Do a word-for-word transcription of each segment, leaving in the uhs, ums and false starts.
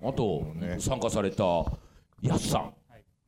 あと、ね、参加されたやすさん、はい、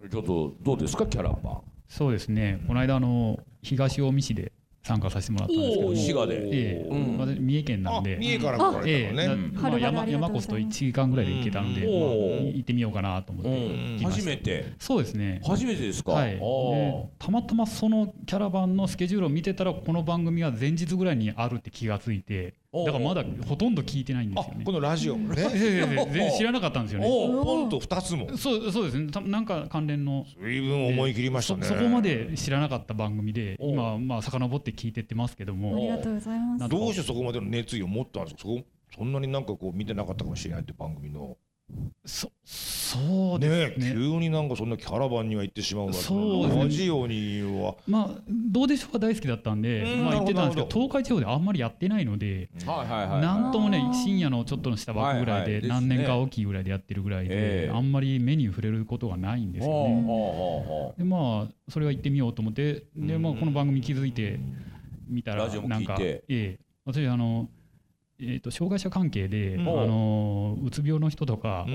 ちょっとどうですかキャラバン。 そうですね、この間あの東近江市で参加させてもらったんですけども、 滋賀で、 ええ、うん、私三重県なんで、 三重から来られたのね、 ええ、まあ、山山コースといちじかんぐらいで行けたので、まあ、行ってみようかなと思って行きました。 初めて。 そうですね、 初めてですか。 はい、でたまたまそのキャラバンのスケジュールを見てたらこの番組は前日ぐらいにあるって気がついて、だからまだほとんど聞いてないんですよね。 このラジオもね全然知らなかったんですよね。 ポンとふたつも。 そうそうですね、なんか関連の随分思い切りましたね。 そ, そこまで知らなかった番組で今まあ遡って聞いてってますけども、 ありがとうございます。 どうしてそこまでの熱意を持ったんですか。 そ, そんなになんかこう見てなかったかもしれないって番組のそそうですね。 ね、急になんかそんなキャラバンには行ってしまうわけ。 そうですね、 ラジオにはまあどうでしょうか大好きだったんで、まあ行ってたんですけど、東海地方であんまりやってないので、なんともね、深夜のちょっとのした枠ぐらいで何年か大きいぐらいでやってるぐらいで、あんまり目に触れることがないんですよね。でまあそれは行ってみようと思って、でまあこの番組気づいてみたらなんか、ええ、私あのえー、と障害者関係で、うん、あのうつ病の人とか、うん、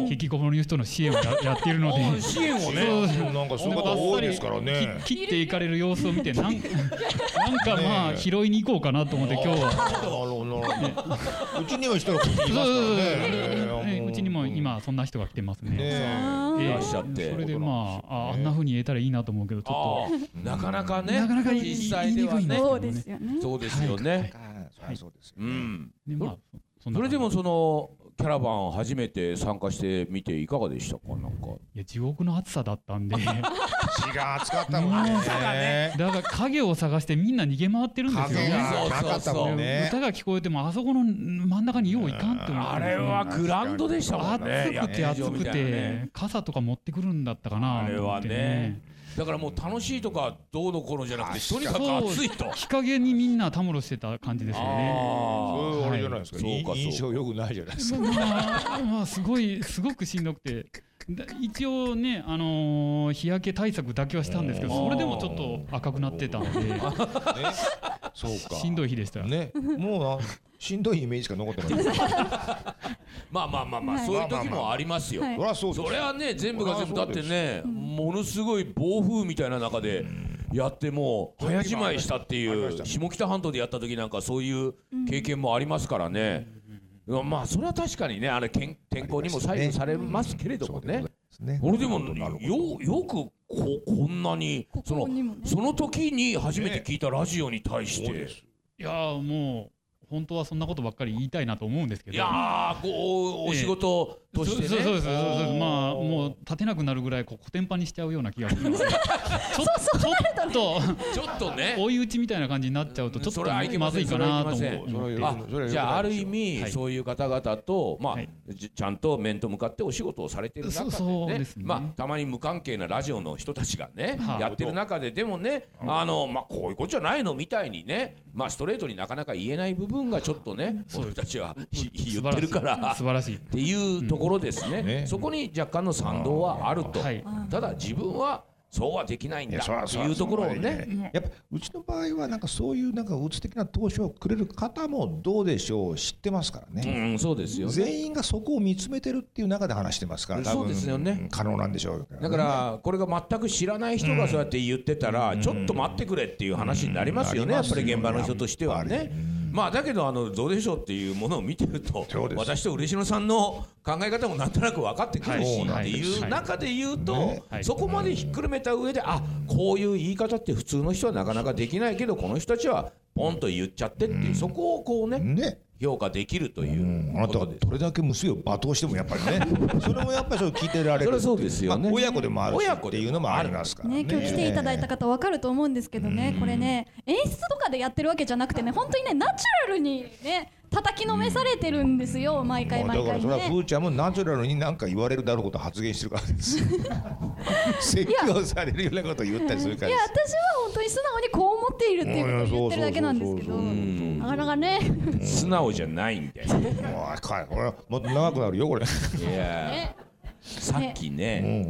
引きこもりの人の支援を や, やっているので支援をね、そうなんかそういう方多いですからね。 切っていかれる様子を見てなんなんかまあ拾いに行こうかなと思って今日は、 ね、うちにも人が来ていますからね。 うちにも今そんな人が来てますね。 いらっしゃって、 それでまあ あ, あんな風に言えたらいいなと思うけど、ちょっとなかなかね、 なかなか言いにくいんですけどね。 そうですよね。 そうですよね。 それでもそのキャラバン初めて参加してみていかがでしたか。なんかいや地獄の暑さだったんで血が暑かったもんね。 だから影を探してみんな逃げ回ってるんですよね。 なかったもんね。 歌が聞こえてもあそこの真ん中によういかんって思って、 あれはグランドでしたもんね。 暑くて暑くて傘とか持ってくるんだったかな。 あれはね、だからもう楽しいとかどうのこうのじゃなくて、とにかく暑いと日陰にみんなたむろしてた感じですよね。 そういうあれじゃないですか、印象良くないじゃないですか。 まあ、まあすごいすごくしんどくて、一応ね、あのー、日焼け対策だけはしたんですけど、それでもちょっと赤くなってたので、ね、 そうか、 しんどい日でしたね。もうしんどいイメージしか残ってないまあまあまあまあ、はい、そういう時もありますよ、はい、それはね、全部が全部だってね、ものすごい暴風みたいな中でやっても早じまいしたっていう、下北半島でやった時なんかそういう経験もありますからね。まあそれは確かにね、あれ天候にも左右されますけれどもね。俺でもよよく こ, こんなにそのその時に初めて聞いたラジオに対して、 いやもう本当はそんなことばっかり言いたいなと思うんですけど、 いやーこうお仕事としてね、 そうそうそうそう、まあもう立てなくなるぐらいこうコテンパンにしちゃうような気がするので、ちょっとちょっとね追い打ちみたいな感じになっちゃうとちょっとまずいかなと思って、 じゃあある意味そういう方々とまあちゃんと面と向かってお仕事をされてる中でね、まあたまに無関係なラジオの人たちがねやってる中ででもね、あのまあこういうことじゃないのみたいにね、まあストレートになかなか言えない部分がちょっとね、俺たちは言ってるから素晴らしいっていうところですね。そこに若干の賛同はあると。ただ自分はそうはできないんだっていうところをね、 やっぱうちの場合はなんかそういうなんかうつ的な投資をくれる方もどうでしょう、知ってますからね。 うん、そうですよね。 全員がそこを見つめてるっていう中で話してますから、 そうですよね、 可能なんでしょう。 だからこれが全く知らない人がそうやって言ってたら、ちょっと待ってくれっていう話になりますよね、やっぱり現場の人としてはね。まあだけどあのどうでしょうっていうものを見てると、私と嬉野さんの考え方もなんとなく分かってくるしっていう中で言うと、そこまでひっくるめた上で、あ、こういう言い方って普通の人はなかなかできないけどこの人たちはポンと言っちゃってっていう、そこをこうね評価できるというあなたはどれだけ娘を罵倒してもやっぱりねそれもやっぱり聞いてられる。 それはそうですよね。 親子でもあるしっていうのもありますからね。 今日来ていただいた方分かると思うんですけどね、これね演出とかでやってるわけじゃなくてね、本当にねナチュラルにね叩きのめされてるんですよ、毎回毎回ね。 だからそれはふーちゃんもナチュラルに何か言われるだろうことを発言してるからです説教されるようなことを言ったりするからです。 いや私は本当に素直にこう思っているっていうことを言ってるだけなんですけど、なかなかね素直じゃないんだよ。 もうこれもっと長くなるよこれ。 いやさっきね、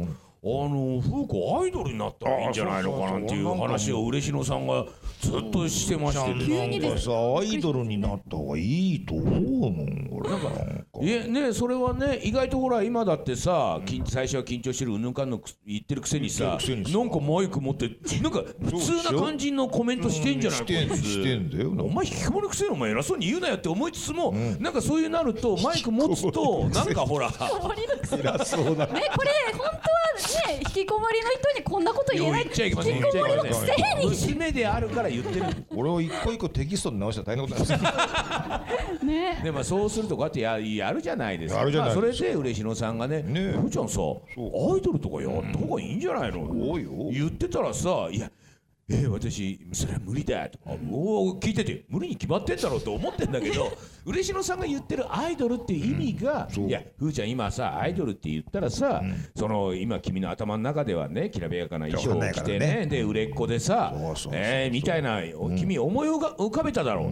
の風子アイドルになったらいいんじゃないのかなんていう話を嬉野さんがずっとしてましてね。なんかさアイドルになった方がいいと思うもん俺なんかいやねそれはね意外とほら今だってさ、うん、最初は緊張してるうんぬんかんの言ってるくせにさなんかマイク持ってなんか普通な感じのコメントしてんじゃない、うん、 してんしてんだよお前引きこもりくせえのお前偉そうに言うなよって思いつつも、うん、なんかそういうなるとマイク持つとなんかほら偉そうだねこれ本当はね引きこもりの人にこんなこと言えない言っちゃいけません引きこもりのくせに娘であるから言ってる俺を一個一個テキストに直したら大変なことなんですよねでもそうするとこうやってややるじゃないですかまあ、それで嬉野さんがね「ふーちゃんさアイドルとかやった方がいいんじゃないの?」言ってたらさ「いやえー、私それは無理だ」とかお聞いてて無理に決まってんだろうと思ってんだけど嬉野さんが言ってるアイドルっていう意味が、うん、いやふーちゃん今さアイドルって言ったらさ、うん、その今君の頭の中ではねきらびやかな衣装を着てねで売れっ子でさえみたいな、うん、君思い浮かべただろう、うん、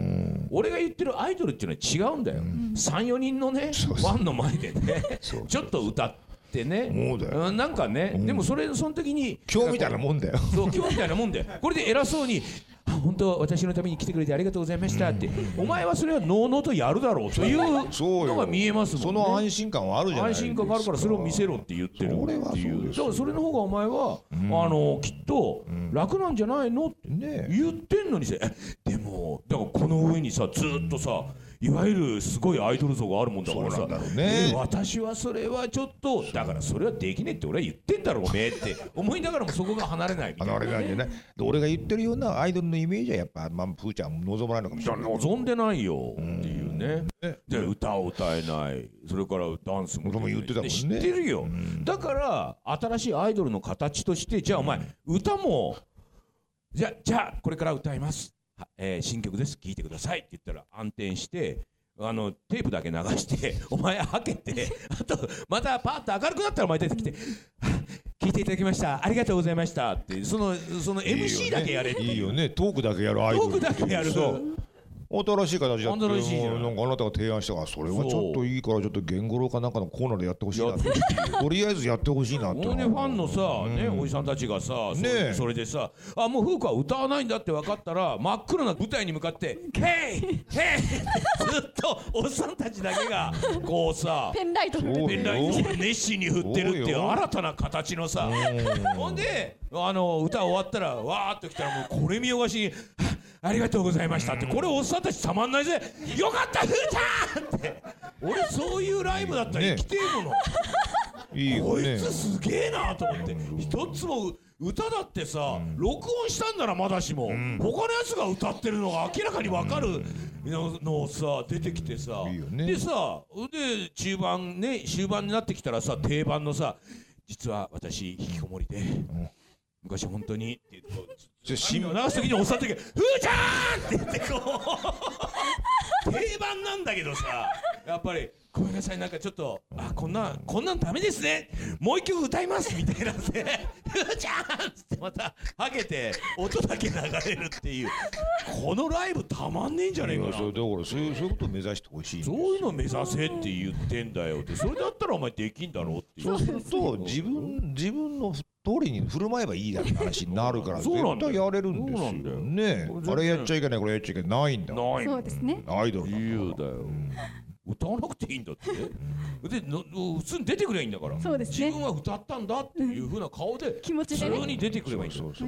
俺が言ってるアイドルっていうのは違うんだよ、うん、さんよにんのねファンの前でねちょっと歌ってってね、もうだよなんかね、うん、でもそれその時に今日みたいなもんだよそう今日みたいなもんだよこれで偉そうに本当私のために来てくれてありがとうございましたって、うん、お前はそれはのうのうとやるだろうというのが見えますもんねその安心感はあるじゃないですか安心感があるからそれを見せろって言ってるっていうだからそれの方がお前は、うん、あのきっと楽なんじゃないのって言ってんのにさ、ね、でもだからこの上にさずっとさいわゆるすごいアイドル像があるもんだからさ、ね、私はそれはちょっとだからそれはできねえって俺は言ってんだろおめえって思いながらもそこが離れないみたいな離れないんじゃない俺が言ってるようなアイドルのイメージはやっぱ、まあ、プーちゃん望まないのかもしれない望んでないよっていうね、うん、で歌を歌えないそれからダンスも言ってたもんね知ってるよ、うん、だから新しいアイドルの形としてじゃあお前歌もじゃじゃあこれから歌いますえー、新曲です聴いてくださいって言ったら暗転してあのテープだけ流してお前はけてあとまたパッと明るくなったらお前出てきて聞いていただきましたありがとうございましたってそのその エムシー だけやれっていういいよねトークだけやるアイドルトークだけやる新しい形だって新しいじゃないなんかあなたが提案したからそれはちょっといいからちょっと言語廊かなんかのコーナーでやってほしいなとりあえずやってほしいなってねファンのさ、うんね、おじさんたちがさ、ね、それでさあもう風子は歌わないんだって分かったら真っ黒な舞台に向かって「ヘイヘイ!」ずっとおっさんたちだけがこうさペンライトペンライト熱心に振ってるっていう新たな形のさほんであの歌終わったらわーっと来たらもうこれ見よがしにありがとうございましたってこれおっさんたちたまんないぜよかったふーちゃんって俺そういうライブだったら生きてえものいいよ、ね、こいつすげえなと思って一つも歌だってさ、うん、録音したんならまだしも、うん、他のやつが歌ってるのが明らかに分かるののをさ出てきてさいいよ、ね、でさで中盤ね終盤になってきたらさ定番のさ実は私引きこもりで、うん昔本当にって言うと新聞を流す時におっさんの時ふーちゃんって言ってこう定番なんだけどさやっぱりごめんなさいなんかちょっとあこんなこんなんダメですねもう一曲歌いますみたいなんでふーちゃんってまたはけて音だけ流れるっていうこのライブたまんねえんじゃねえかなだからそういうそういうことを目指してほしいそういうのを目指せって言ってんだよってそれだったらお前できんだろうっていうそうすると自分自分の通りに振る舞えばいいだけの話になるから絶対やれるんですよねあれやっちゃいけないこれやっちゃいけないんだないそうですねアイドルだ言うだよ、うん歌わなくていいんだってでの普通に出てくればいいんだからそうですね自分は歌ったんだっていう風な顔で気持ちで普通に出てくればいいんだよ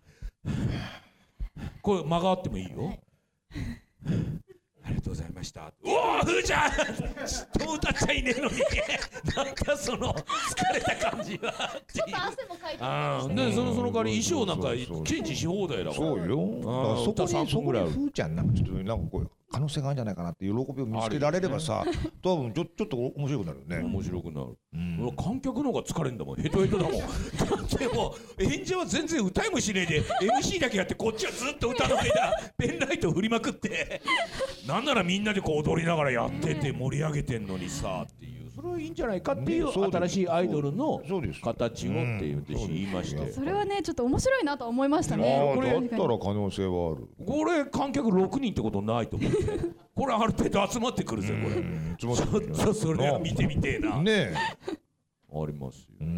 これ間があってもいいよありがとうございました。おお、ふーちゃんちっとも歌っちゃいねえのになんかその疲れた感じはちょっと汗もかいてあーでそのその代わり衣装なんかチェンジし放題だからそうよあそこにそこにふーちゃんなんかちょっとなんかこう可能性があるんじゃないかなって喜びを見つけられればさ、ね、多分ちょ、ちょっと面白くなるよね面白くなる、うん、俺観客の方が疲れんだもんヘトヘトだもんだってもう演者は全然歌いもしねえで エムシー だけやってこっちはずっと歌の間ペンライト振りまくってなんならみんなでこう踊りながらやってて盛り上げてんのにさっていうそれはいいんじゃないかっていう、ね、新しいアイドルの形をって私言いまして、うん、 それはねちょっと面白いなと思いましたねこれだったら可能性はあるこれ観客ろくにんってことないと思ってこれある程度集まってくるぜこれちょっとそれは見てみてえなねありますよ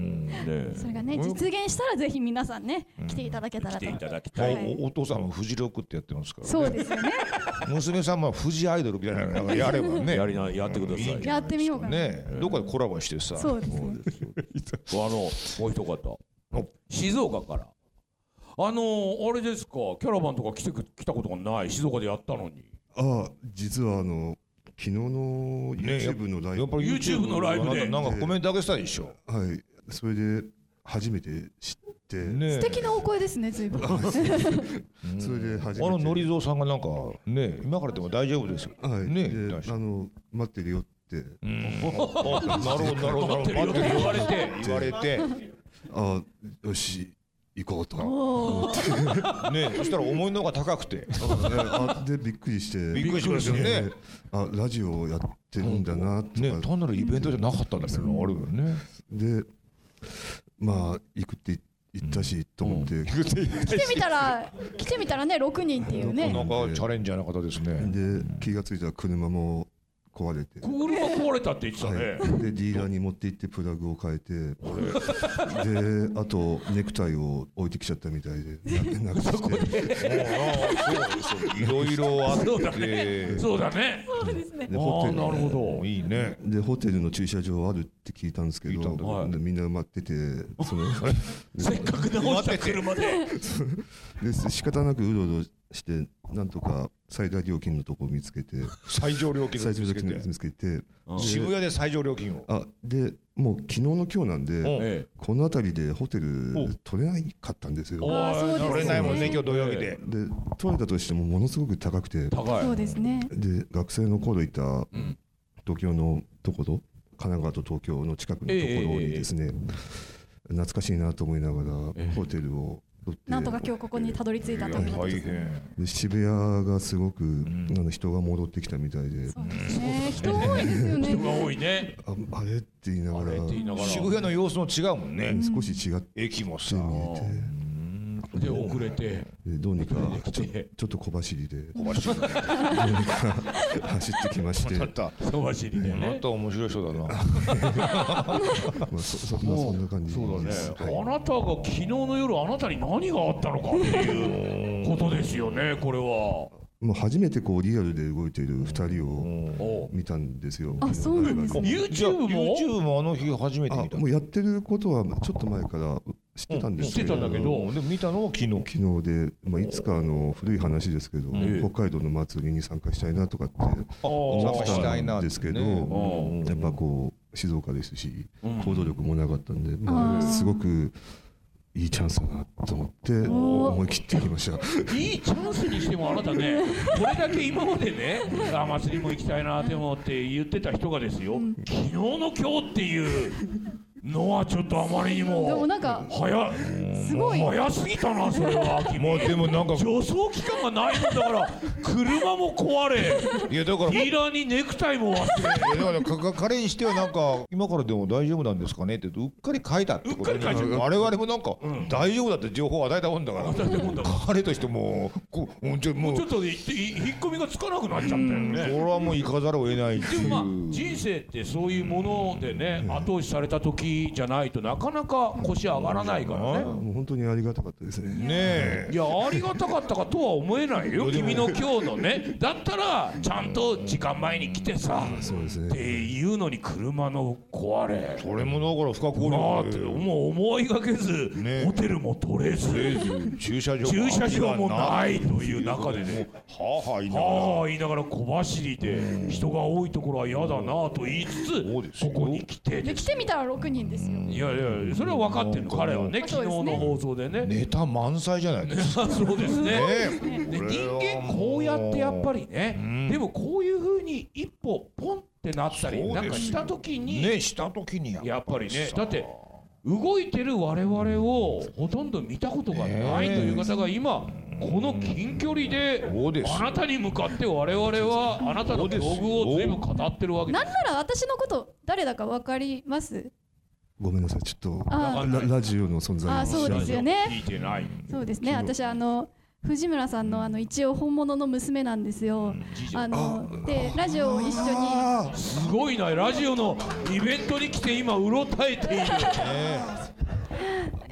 それがね実現したらぜひ皆さんね来ていただけたらと。 来ていただきたい。 お父さんもフジロックってやってますから。 そうですよね。 娘さんもフジアイドルみたいなのやればね。 やりなやってください。 やってみようかな。 ね、どっかでコラボしてさ。 そうですね。 あのもう一方静岡から。あのー、あれですか、キャラバンとか来て来たことがない、静岡でやったのに。 ああ、実はあの昨日の YouTube のライブ、 やっぱり YouTube のライブでなんかコメントあげてたでしょ。 はい、それで初めて知って、 ね、素敵なお声ですね、随分。それで初めて。あののりぞうさんがなんかね、今からでも大丈夫ですよ。 はい。ね、あの待ってるよって。なるほどなるほどなるほど。待ってるよ言われて言われて。 あ、よし。行こうとね、そしたら思いのほうが高くてあでびっくりしてびっくりしましたね。 あ、ラジオやってるんだなとか、 ね、単なるイベントじゃなかったんだけどあるよね。 でまあ行くって言ったしと思って来てみたら来てみたらねろくにんっていうね、 なかなかチャレンジャーな方ですね。 で気がついたら車も壊れて、 車壊れたって言ってたね、はい、 でディーラーに持って行ってプラグを変えてであとネクタイを置いてきちゃったみたいでなくしていろいろあってそうだねそうですね。 でホテルなるほどいいね。 でホテルの駐車場あるって聞いたんですけど、はい、でみんな埋まっててそのせっかく直した車でで仕方なくうろうろしてなんとか最大料金のところを見つけて最上料金を見つけて見つけて渋谷で最上料金をあでもう昨日の今日なんでこの辺りでホテル取れなかったんですよ。 取れないもんね今日土曜日で。 で取れたとしてもものすごく高くて高い。 そうですね。 で学生の頃いた東京のところ神奈川と東京の近くのところにですね懐かしいなと思いながらホテルをなんとか今日ここにたどり着いたということですね。 渋谷がすごく、うん、あの人が戻ってきたみたいで、 そうですね、人多いですよね。 人が多いね。 あ、あれって言いながら渋谷の様子も違うもんね、 うん、少し違って駅もさで遅れてでどうにかちょ、ちょっと小走りで小走りでどうにか走ってきまして小走りでね。 また面白い人だな。まあそそそんな感じ。 そうだね、はい、あなたが昨日の夜あなたに何があったのかっていうことですよね。これはもう初めてこうリアルで動いているふたりを見たんですよ。 あ、そうなんですね。 YouTube も YouTube もあの日初めて見た。 もうやってることはちょっと前から知ってたんですけど、 知ってたんだけど、 でも見たのは昨日昨日で、まあ、いつかあの古い話ですけど、北海道の祭りに参加したいなとかって思ってたんですけど、やっぱこう静岡ですし行動力もなかったんで、まあ、すごくいいチャンスだなと思って思い切ってきました。 いいチャンスにしてもあなたね、これだけ今までね、あ祭りも行きたいなって思って言ってた人がですよ、昨日の今日っていうのはちょっとあまりにもでもなんか早すごい早すぎたな。それはもうでもなんか助走期間がないもんだから車も壊れ、 いやだからディーラーにネクタイも忘れ、 いやだから彼にしてはなんか今からでも大丈夫なんですかねってうっかり書いたってことに我々もなんか大丈夫だって情報を与えたもんだから彼としてもこうもうちょっと引っ込みがつかなくなっちゃったよね。 それはもう行かざるを得ないっていう。 でもまあ人生ってそういうものでね、後押しされた時じゃないとなかなか腰上がらないからね。 もう本当にありがたかったですね。 ねえ。 いやありがたかったかとは思えないよ。君の今日のね、だったらちゃんと時間前に来てさ、 そうですね。 っていうのに車の壊れ。 それもだから不可抗力。もう思いがけず、ね、ホテルも取れず、 駐車場駐車場もないという中でね、 はあはあ言いながら、 はあ言いながら小走りで人が多いところは嫌だなと言いつつ、ここに来てで来てみたらろくにんですよ。 いやいやそれは分かってるの、彼はね、昨日の放送でね、 ネタ満載じゃないですか。 そうですね。で人間こうやってやっぱりね、でもこういうふうに一歩ポンってなったりなんかした時にね、した時にやっぱりね、だって動いてる我々をほとんど見たことがないという方が今この近距離であなたに向かって我々はあなたの境遇を全部語ってるわけです。 なんなら私のこと誰だか分かります？ ごめんなさい、ちょっと ラ, ラジオの存在を。 あ、そうですよね。 聞いてない。 そうですね。私あの藤村さんのあの一応本物の娘なんですよ。うん、あのでラジオを一緒に。 すごいな、ラジオのイベントに来て今うろたえている。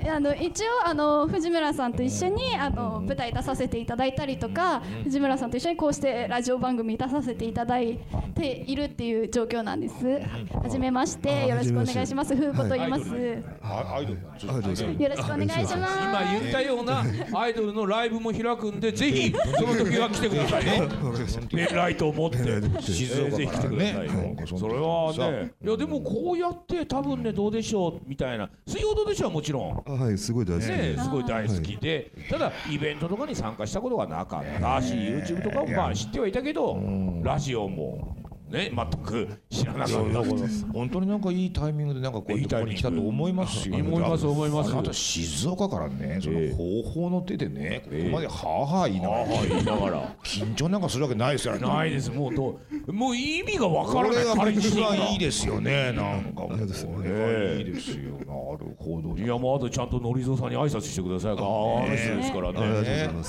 あの一応あの藤村さんと一緒にあの舞台出させていただいたりとか、藤村さんと一緒にこうしてラジオ番組出させていただいているっていう状況なんです。はじめまして、よろしくお願いします。ふうこと言います。よろしくお願いします。 今言ったようなアイドルのライブも開くんで、ぜひその時は来てくださいね。ペンライトを持って静岡からね。それはね、いやでもこうやって多分ね、どうでしょうみたいな、水曜どうでしょうはもちろんはい、すごい大好きね、すごい大好きで、ただイベントとかに参加したことがなかったし、 YouTube とかもまあ知ってはいたけど、ラジオもね、全く知らなかった。 本当になんかいいタイミングでなんかこういうところに来たと思いますよ。 思います思います。 あと静岡からね、その方法の手でね、ここまではあはあ言いながら言いながら緊張なんかするわけないですよね。 ないです。もうどうもう意味がわからない。 これが一番いいですよね。なんかこれはいいですよ。なるほど。 いやもうあとちゃんとのりぞうさんに挨拶してください。ああの人ですからね。ありがとうございます。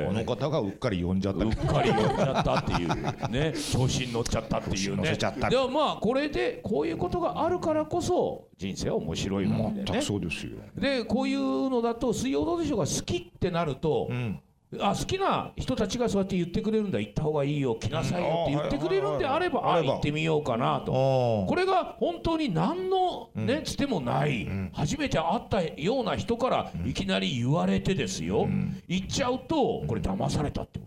この方がうっかり呼んじゃった。 うっかり呼んじゃったっていうね、調子に乗っちゃったっていうね。でもまあこれでこういうことがあるからこそ人生は面白いもんでね。 全くそうですよ。 でこういうのだと、水曜どうでしょうが好きってなると、うん、あ好きな人たちがそうやって言ってくれるんだ、行った方がいいよ、来なさいよって言ってくれるんであれば、あ行ってみようかなと。これが本当に何のねつてもない、うん、初めて会ったような人からいきなり言われてですよ、うん、言っちゃうとこれ騙されたってこと。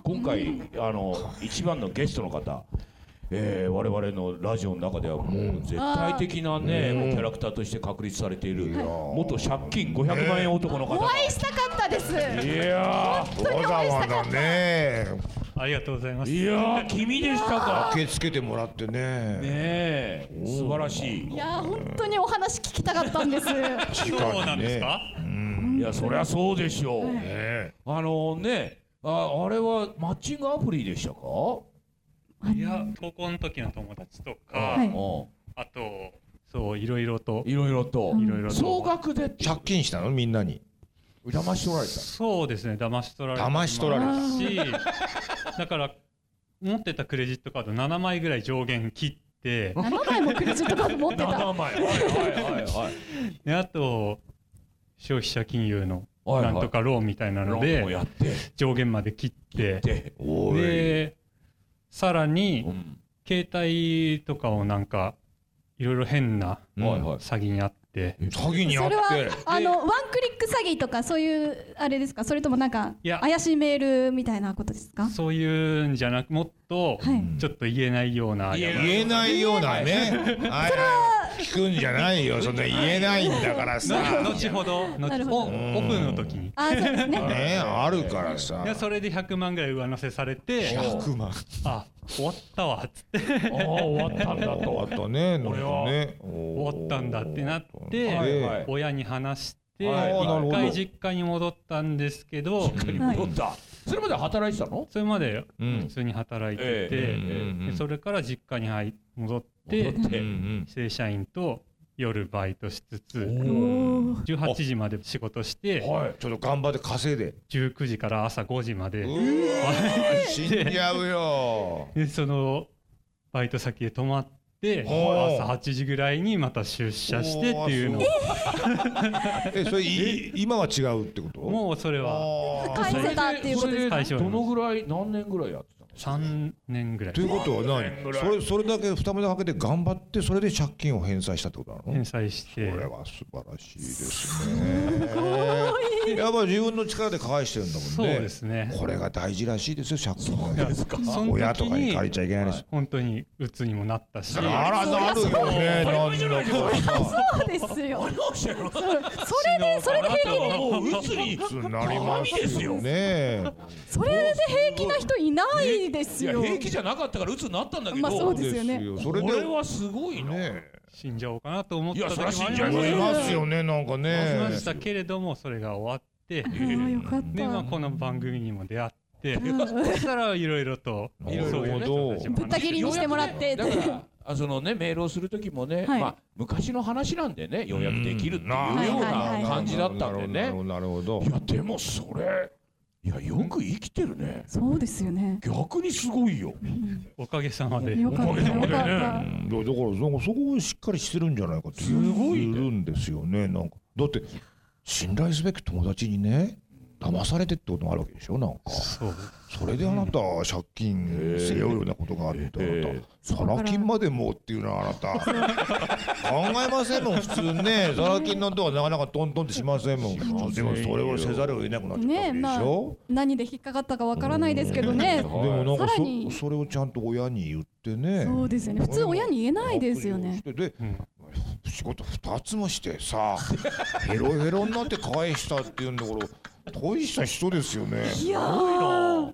今回あの一番のゲストの方、えー、我々のラジオの中ではもう絶対的なね、もうキャラクターとして確立されている元借金ごひゃくまん円男の方がお会いしたかったです。 いやー本当にお会いしたかった。 ね、 ありがとうございます。 いやー君でしたか。 受け付けてもらってね。ねえ素晴らしい。 いやー本当にお話聞きたかったんです。 そうなんですか。 いやそりゃそうでしょう。あのね、ああれはマッチングアプリでしたか。 いや高校の時の友達とか、はい、あとそういろいろといろいろといろいろと総額で借金したのみんなに騙し取られた。 そうですね、騙し取られた騙し取られたしだから持ってたクレジットカードななまいぐらい上限切ってななまいもクレジットカード持ってた。 ななまいはいはいはいはいであと消費者金融のなんとかローンみたいなので上限まで切ってでさらに、うん、携帯とかをなんかいろいろ変な詐欺にあって、 うん、詐欺にあってそれはあのワンクリック詐欺とかそういうあれですか、それともなんか怪しいメールみたいなことですか。 そういうんじゃなくもっとちょっと言えないような、 言えないようなね聞くんじゃないよ、そんな言えないんだからさ後ほどオフの時にあそうですねねあるからさ、 でそれでひゃくまんぐらい上乗せされてひゃくまんあ終わったわっつってあ終わったんだと終わったね俺はね終わったんだってなって親に話して一回実家に戻ったんですけど、 実家に戻ったそれまで働いてたの。 それまで普通に働いてて、でそれから実家に戻って正社員と夜バイトしつつじゅうはちじまで仕事して、 はい、ちょっと頑張って稼いでじゅうくじから朝ごじまで死んじゃうよでそのバイト先で泊まって朝はちじぐらいにまた出社してっていうのをえそれ今は違うってこと。 もうそれは返せたっていうことですか。 どのぐらい何年ぐらいやってたの。 さんねんぐらい。 ということは何それそれだけ二目でかけて頑張ってそれで借金を返済したってことなの。 返済してそれは素晴らしいですねやっぱり自分の力で返してるんだもんね。 そうですね。 これが大事らしいですよ借金は。 親とかに借りちゃいけないです。 本当に鬱にもなったし。 あらなるよね。なんだそうですよ。それでそれで平気に鬱になりますよね。 それで平気な人いないですよ。 平気じゃなかったから鬱になったんだけど。 まあそうですよね。 それはすごいね。 死んじゃおうかなと思った時もありますよね。なんかね。 思いましたけれどもそれが終わって、でまあこの番組にも出会って、そしたらいろいろといろいろとぶった切りにしてもらって。 あそのねメールをする時もね、まあ昔の話なんでねようやくできるっていうような感じだったんでね。 なるほど。 いやでもそれいやよく生きてるね。 そうですよね。 逆にすごいよ。 おかげさまで。 おかげさまでね。だからそこをしっかりしてるんじゃないかっていうすごいるんですよね。なんかだって信頼すべき友達にね騙されてってことがあるわけでしょ。なんかそれであなた借金背負うようなことがあるってあなたサラ金までもっていうのはあなた考えませんもん普通ね。サラ金なんとはなかなかトントンってしませんもん。でもそれをせざるを得なくなっちゃったわけでしょ。 何で引っかかったかわからないですけどね。でもなんかそそれをちゃんと親に言ってね。 そうですよね。普通親に言えないですよね。 で仕事二つもしてさヘロヘロになって返したっていうんだから大した人ですよね。 いやー、うん、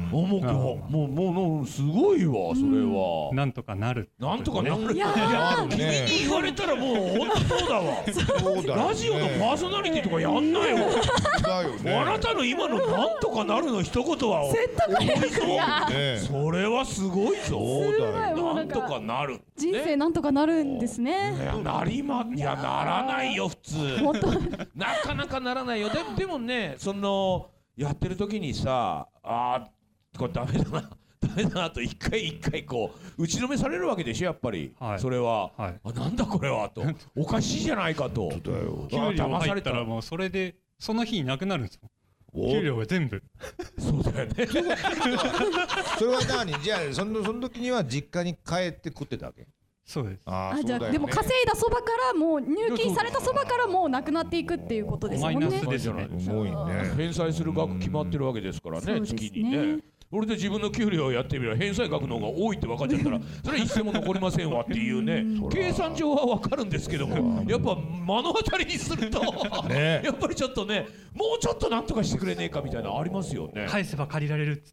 もうもうもうもうすごいわそれは。 なんとかなる。 なんとかなる。いや君に言われたらもう本当そうだわ。そうだ。ラジオのパーソナリティとかやんないよ。だよね。あなたの今のなんとかなるの一言は説得力。 それはすごいぞ。そうだよ。なんとかなる。 人生なんとかなるんですね。 なりまいやならないよ普通。なかなかならないよ。ででもね。そのやってる時にさあーこれダメだなダメだなと一回一回こう打ちのめされるわけでしょやっぱり、はい、それは、はい、あなんだこれはとおかしいじゃないかと。 給料が入ったらもうそれでその日になくなるんですよ。給料が全部。 そうだよね。 それは何じゃあそのその時には実家に帰って食ってたわけ。 そうです。 ああじゃあでも稼いだそばからもう入金されたそばからもうなくなっていくっていうことですもんね。 マイナスですね。 すごいね。 返済する額決まってるわけですからね、月にね。それで自分の給料をやってみれば返済額の方が多いって分かっちゃったらそれは一銭も残りませんわっていうね計算上は分かるんですけどもやっぱ目の当たりにするとやっぱりちょっとねもうちょっとなんとかしてくれねえかみたいなのありますよね。 返せば借りられるっつって。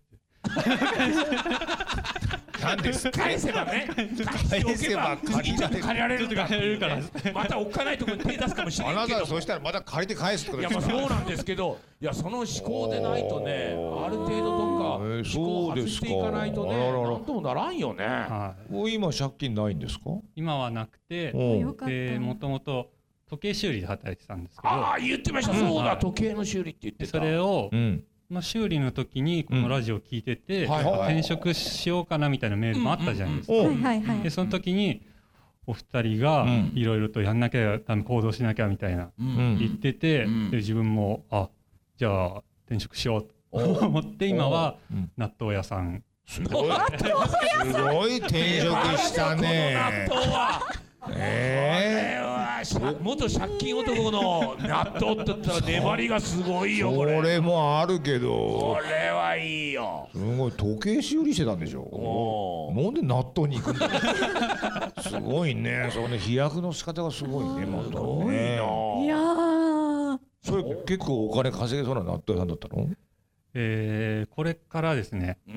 なんです返せばね返せば借りられるとかまたおっかないところに手出すかもしれないけどあなたそしたらまた借りて返すってことですか。いやまあそうなんですけどいやその思考でないとねある程度どっか思考を外していかないとねなんともならんよね。 もう今借金ないんですか。 今はなくてでもともと時計修理で働いてたんですけど。 ああ言ってました。そうだ時計の修理って言ってた。 それをまあ、修理の時にこのラジオを聞いてて、うんはいはい、転職しようかなみたいなメールもあったじゃないですか。でその時にお二人がいろいろとやんなきゃ多分行動しなきゃみたいな言ってて、うん、で自分もあじゃあ転職しようと思って今は納豆屋さん。 すごいすごい転職したね。 納豆はえー、元借金男の納豆って言ったら粘りがすごいよこれ。 これもあるけどこれはいいよ。 すごい時計修理してたんでしょ。なんで納豆に行くんだすごいね。そのね飛躍の仕方がすごいね。またね。すごいな。いやーそれ結構お金稼げそうな納豆屋さんだったの。 えー、これからですね、うん、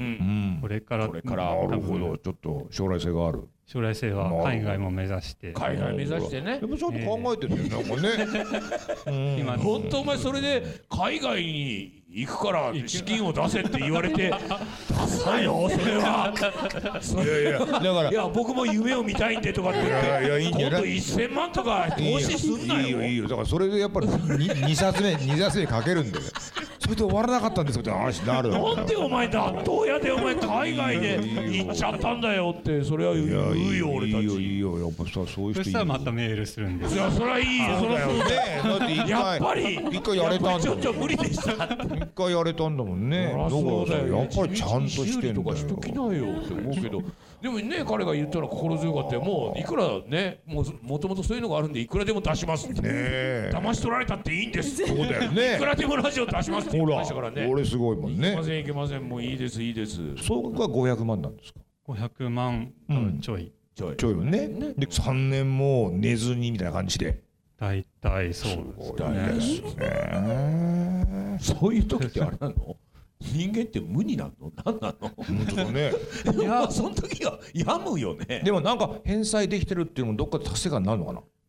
これからこれからなるほどちょっと将来性がある。 将来性は海外も目指して海外目指してね。 でもちゃんと考えてるんだよ、えー、 ね今本当お前それで海外に行くから資金を出せって言われて出すなよそれは。いやいやだからいや僕も夢を見たいんでとかって言って今度いっせんまんとか投資すんなよ。 いいよいいよだからそれでやっぱりにさつめにさつめかけるんだよ。それで終わらなかったんですよって話になる。 なんでお前納豆屋でお前海外で行っちゃったんだよってそれは言うよ俺たち。 いいよいいよやっぱさそういう人いる。 そしたらまたメールするんです。 いやそれはいいよそれはそうだよね。やっぱり一回やれたんだ。 ちょっと無理でしたって。 一回やれたんだもんね。そうだよやっぱりちゃんとしてんだよ。 とかしときなよって思うけどでもね彼が言ったら心強かったよ。もういくらねもうもともとそういうのがあるんでいくらでも出しますってね。騙し取られたっていいんです。 そうだよね。 いくらでもラジオ出しますって言ってましたからね。 俺すごいもんね。 いけませんいけませんもういいですいいです。 総額はごひゃくまんなんですか。 ごひゃくまんちょい、 ちょいちょいよね。でさんねんも寝ずにみたいな感じで。 大体そうですね。そういう時ってあれなの？人間って無になるの？何なの？ 本当だね。 いやその時は病むよね。 でもなんか返済できてるっていうのもどっかで達成感になるのかな？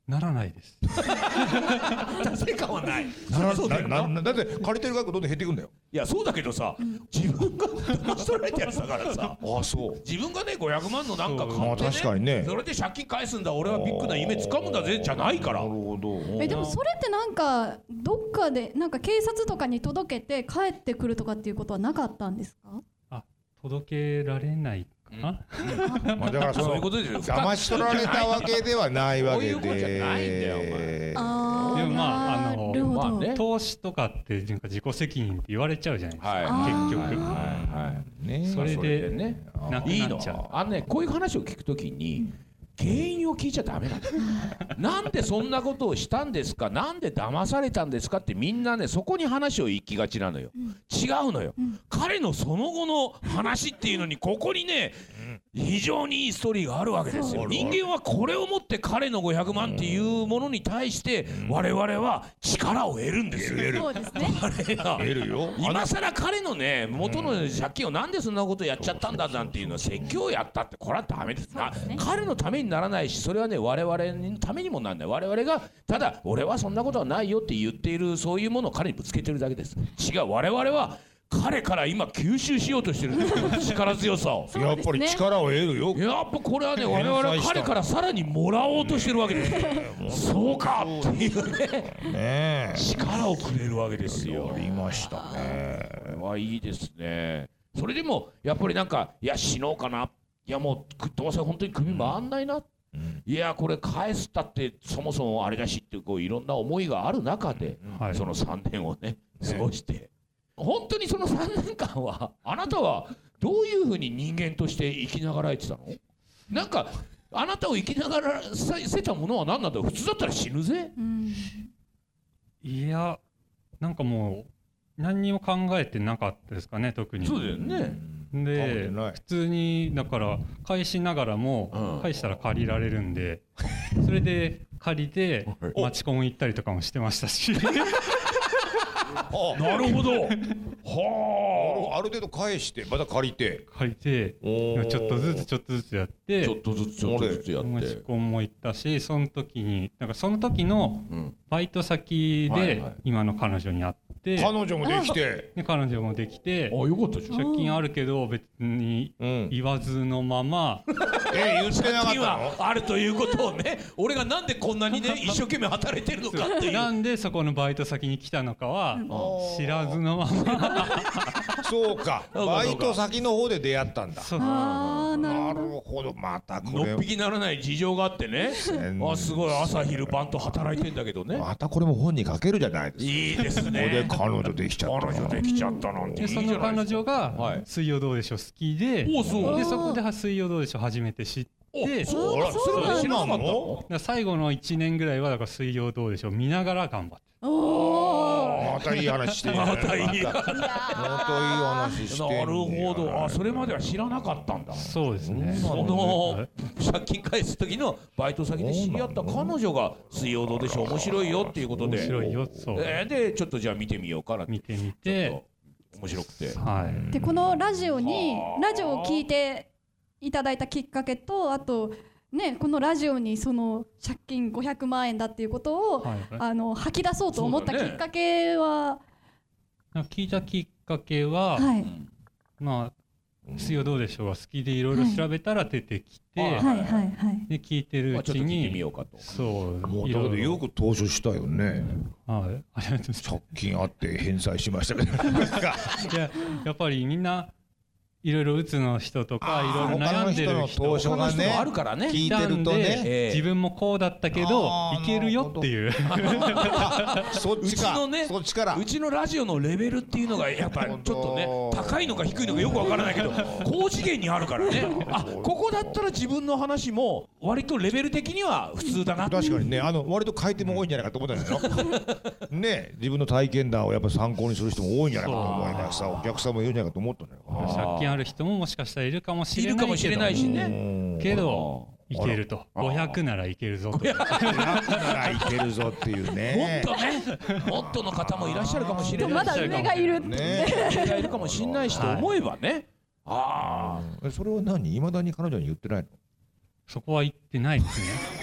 ならないです。 達成感はない。 そうだよな。だって借りてる額どんどん減っていくんだよ。 いやそうだけどさ、自分が騙し取られたやつだからさ。 あ、そう。 自分がねごひゃくまんのなんか買ってね、 確かにね、 それで借金返すんだ、俺はビッグな夢つかむんだぜじゃないから。なるほど。えでもそれってなんかどっかでなんか警察とかに届けて帰ってくるとかっていうことはなかったんですか？ あ、届けられない。 まあだからそういうことですよ。騙し取られたわけではないわけで。 そういうことじゃないんだよお前。 あでもまああの、 まあね、 投資とかってなんか自己責任って言われちゃうじゃないですか。はい、結局。はいはいね、それでね、なくなっちゃう。いいの。 あのね、こういう話を聞くときに。原因を聞いちゃダメなんだよ。なんでそんなことをしたんですか、なんで騙されたんですかってみんなねそこに話を行きがちなのよ、うん、違うのよ、うん、彼のその後の話っていうのにここにね非常にいいストーリーがあるわけですよ。人間はこれをもって彼のごひゃくまんっていうものに対して我々は力を得るんですよ。 そうですね。 彼が得るよ。 今更彼のね元の借金をなんでそんなことやっちゃったんだなんていうのは説教をやったってこれはダメですな、ね、彼のためにならないし、それはね我々のためにもなんない。我々がただ俺はそんなことはないよって言っているそういうものを彼にぶつけてるだけです。違う、我々は彼から今吸収しようとしてるんですよ。力強さをやっぱり力を得るよ。 やっぱこれはね我々は彼からさらにもらおうとしてるわけですそうかっていうねね力をくれるわけですよ。 ありましたね。 はいいですね。それでもやっぱりなんかいや死のうかな、いやもうどうせ本当に首回んないな、うん、いやこれ返すったってそもそもあれだしってこういろんな思いがある中で、うん、そのさんねんをね過ごして、ね、本当にそのさんねんかんはあなたはどういうふうに人間として生きながらえてたの？なんかあなたを生きながらせたものは何なんだろう。普通だったら死ぬぜ、うん、 いやなんかもう何にも考えてなかったですかね特に。 そうだよね。 で普通にだから返しながらも返したら借りられるんで、それで借りてマチコン行ったりとかもしてましたしなるほどはあ、ある程度返してまた借りて借りてちょっとずつちょっとずつやってちょっとずつちょっとずつやってマチコンも行ったし、その時になんかその時のバイト先で今の彼女に会って、 彼女もできてで彼女もできて、 あよかったじゃん。 借金あるけど別に言わずのまま、 うん、え言ってなかったの？ 借金はあるということをね俺がなんでこんなにね一生懸命働いてるのかっていうなんでそこのバイト先に来たのかは知らずのままそうかバイト先の方で出会ったんだ。 あなるほど。またこれのっぴきならない事情があってねあすごい朝昼晩と働いてんだけどね。 またこれも本に書けるじゃないですか。 いいですね。 ここで彼女できちゃった彼女できちゃったなんていいじゃないですか。 でその彼女が水曜どうでしょう好きで、でそこで水曜どうでしょう初めて知って、 そらそれ知らなかった。 最後のいちねんぐらいはだから水曜どうでしょう見ながら頑張って。 またいい話してる。 またいい話。 またいい話してる。 なるほど。あそれまでは知らなかったんだ。 そうですね。 その借金返す時のバイト先で知り合った彼女が水曜どうでしょう面白いよっていうことで。 面白いよ。そう。 えー、でちょっとじゃあ見てみようかなって。 見てみて。 面白くて。 はい。 でこのラジオにラジオを聞いていただいたきっかけとあと。ね、このラジオにその借金ごひゃくまんえんだっていうことを、はいはい、あの吐き出そうと思ったきっかけは、 ね、聞いたきっかけは、はい、まあ水曜どうでしょうが好きでいろいろ調べたら出てきて、はいはいはいはい、で聞いてるうちに、まあ、ちょっと聞いてみようかと。 そうもうだけどよく投資したよね。 はい、ありがとうございます。 借金あって返済しましたけどいややっぱりみんないろいろうつの人とかいろいろ悩んでる人投資がねあるからね聞いてるとね、 えー、自分もこうだったけどいけるよっていうそっちかうちのねそっちからうちのラジオのレベルっていうのがやっぱりちょっとね高いのか低いのかよくわからないけど高次元にあるからねあここだったら自分の話も割とレベル的には普通だな。 確かにねあの割と買い手も多いんじゃないかと思ったんですよね自分の体験談をやっぱ参考にする人も多いんじゃないかと思いましたお客さんもいるんじゃないかと思ったんだよ。 借金ある人ももしかしたらいるかもしれないけどいるかもしれないしねけどいけるとごひゃくならいけるぞとごひゃくならいけるぞっていうねもっとねもっとの方もいらっしゃるかもしれないまだ上がいるね上がいるかもしれないしと思えばねああそれは何未だに彼女に言ってないの？ そこは言ってないですね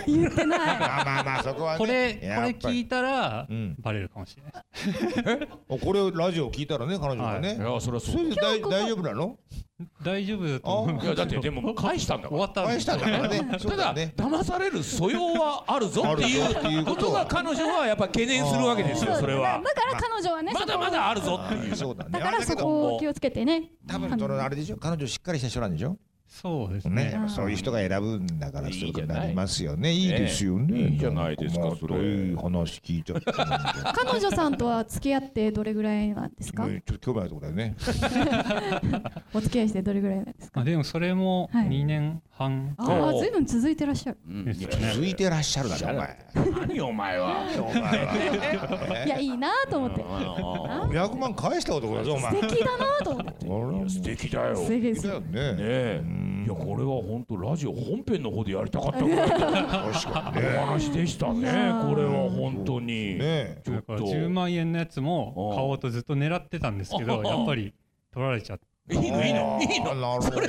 言ってない。 まあまあまあそこはね。 これこれ聞いたらバレるかもしれない。 これラジオ聞いたらね彼女がね。 いやそれはそう。 それで大丈夫なの？ 大丈夫だと思う。 いやだってでも返したんだから。 終わった返したんだからね。 ただ騙される素養はあるぞっていうことが彼女はやっぱ懸念するわけですよ。それは。 だから彼女はね。 まだまだあるぞっていう。 そうだね。 だからそこを気をつけてね。 多分そのあれでしょ。彼女しっかりした人なんでしょ。 そうですね。 そういう人が選ぶんだからそういうことになりますよね。いいですよね。 いいじゃないですか。それいい話聞いちゃった。 彼女さんとは付き合ってどれぐらいなんですか？ ちょっと興味あるところだよね。 お付き合いしてどれぐらいなんですか？ でもそれもにねんはん。 ああ、ずいぶん続いてらっしゃる。 続いてらっしゃるだねお前。 何お前は。 いやいいなと思って。 ひゃくまん返した男だぞお前。 素敵だなと思って。 素敵だよ。 素敵ですよね。 ね。いやこれは本当ラジオ本編の方でやりたかったぐらいのお話でしたね。これは本当に。 ちょっとじゅうまんえんのやつも買おうとずっと狙ってたんですけど、やっぱり取られちゃって。 いいのいいのいいの。 なるほど。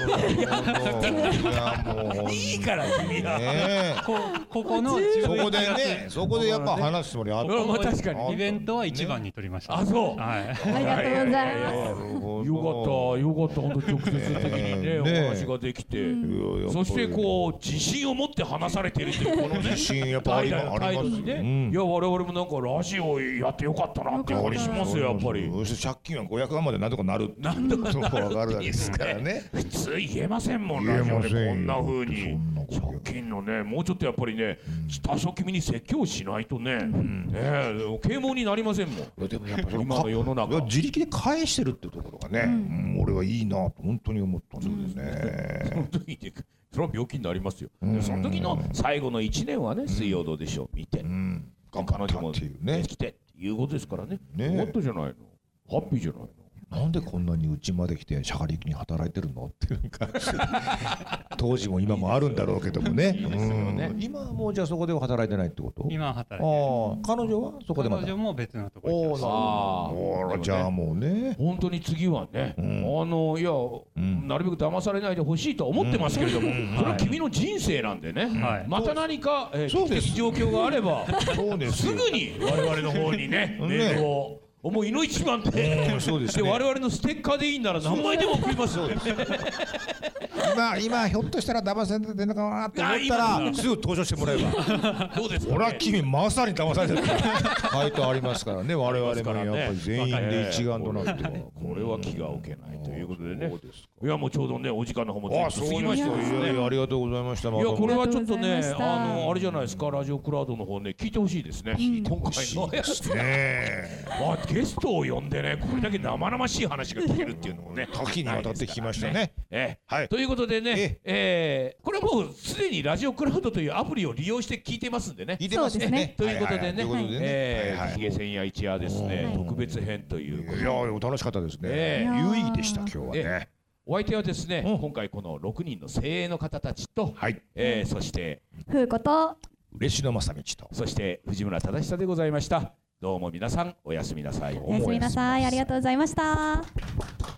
いいから君は。 こここのそこでね、そこでやっぱ話すつもりあった。 まあ確かにイベントは一番に取りました。 あそう。 はい。 ありがとうございます。 よかったよかった本当直接的にねお話ができて、そしてこう自信を持って話されているっていうこのね自信やっぱありますね。いや我々もなんかラジオやってよかったなって感じしますよやっぱり。 そして借金はごひゃくまんまでなんとかなる。 なんとかなる。 わかるわけですからね。 普通言えませんもんラジオでこんな風に借金のねもうちょっとやっぱりね多少君に説教しないとね啓蒙になりませんもん。 でもやっぱ今の世の中自力で返してるっていうところがね俺はいいなと本当に思ったんですね。 その時にそれは病気になりますよ。その時の最後のいちねんはね水曜どうでしょう見て頑張ったっていうねできてっていうことですからね。よかったじゃないの。ハッピーじゃないの。 なんでこんなにうちまで来てしゃがりきに働いてるのっていうか当時も今もあるんだろうけどもね。今はもうじゃあそこでは働いてないってこと？ 今は働いてる。 彼女はそこでまた。 彼女も別のところに。 ああじゃあもうね。 本当に次はねあのいやなるべく騙されないでほしいと思ってますけれどもそれは君の人生なんでねまた何か危機的状況があればすぐに我々の方にねメールを。もういの一番で我々のステッカーでいいんなら何枚でも送りますよ。 今今ひょっとしたら騙されてるのかなって思ったらすぐ登場してもらえばどうですか。 俺は君まさに騙されてる回答ありますからね我々もやっぱり全員で一丸となってこれは気が置けないということでね。いやもうちょうどねお時間の方も過ぎましたね。ありがとうございました。いやこれはちょっとねあのあれじゃないですかラジオクラウドの方ね聞いてほしいですね今回のやつね。ゲストを呼んでねこれだけ生々しい話が聞けるっていうのもね多岐にわたって聞きましたね。 ということでねえこれはもうすでにラジオクラウドというアプリを利用して聞いてますんでね。 聞いてますね。 ということでねひげ千夜一夜ですね特別編ということで。 いや楽しかったですね。有意義でした今日はね。 お相手はですね今回このろくにんの精鋭の方たちとそして風子と嬉野正道とそして藤村忠久でございました。どうも皆さんおやすみなさい。 おやすみなさい。ありがとうございました。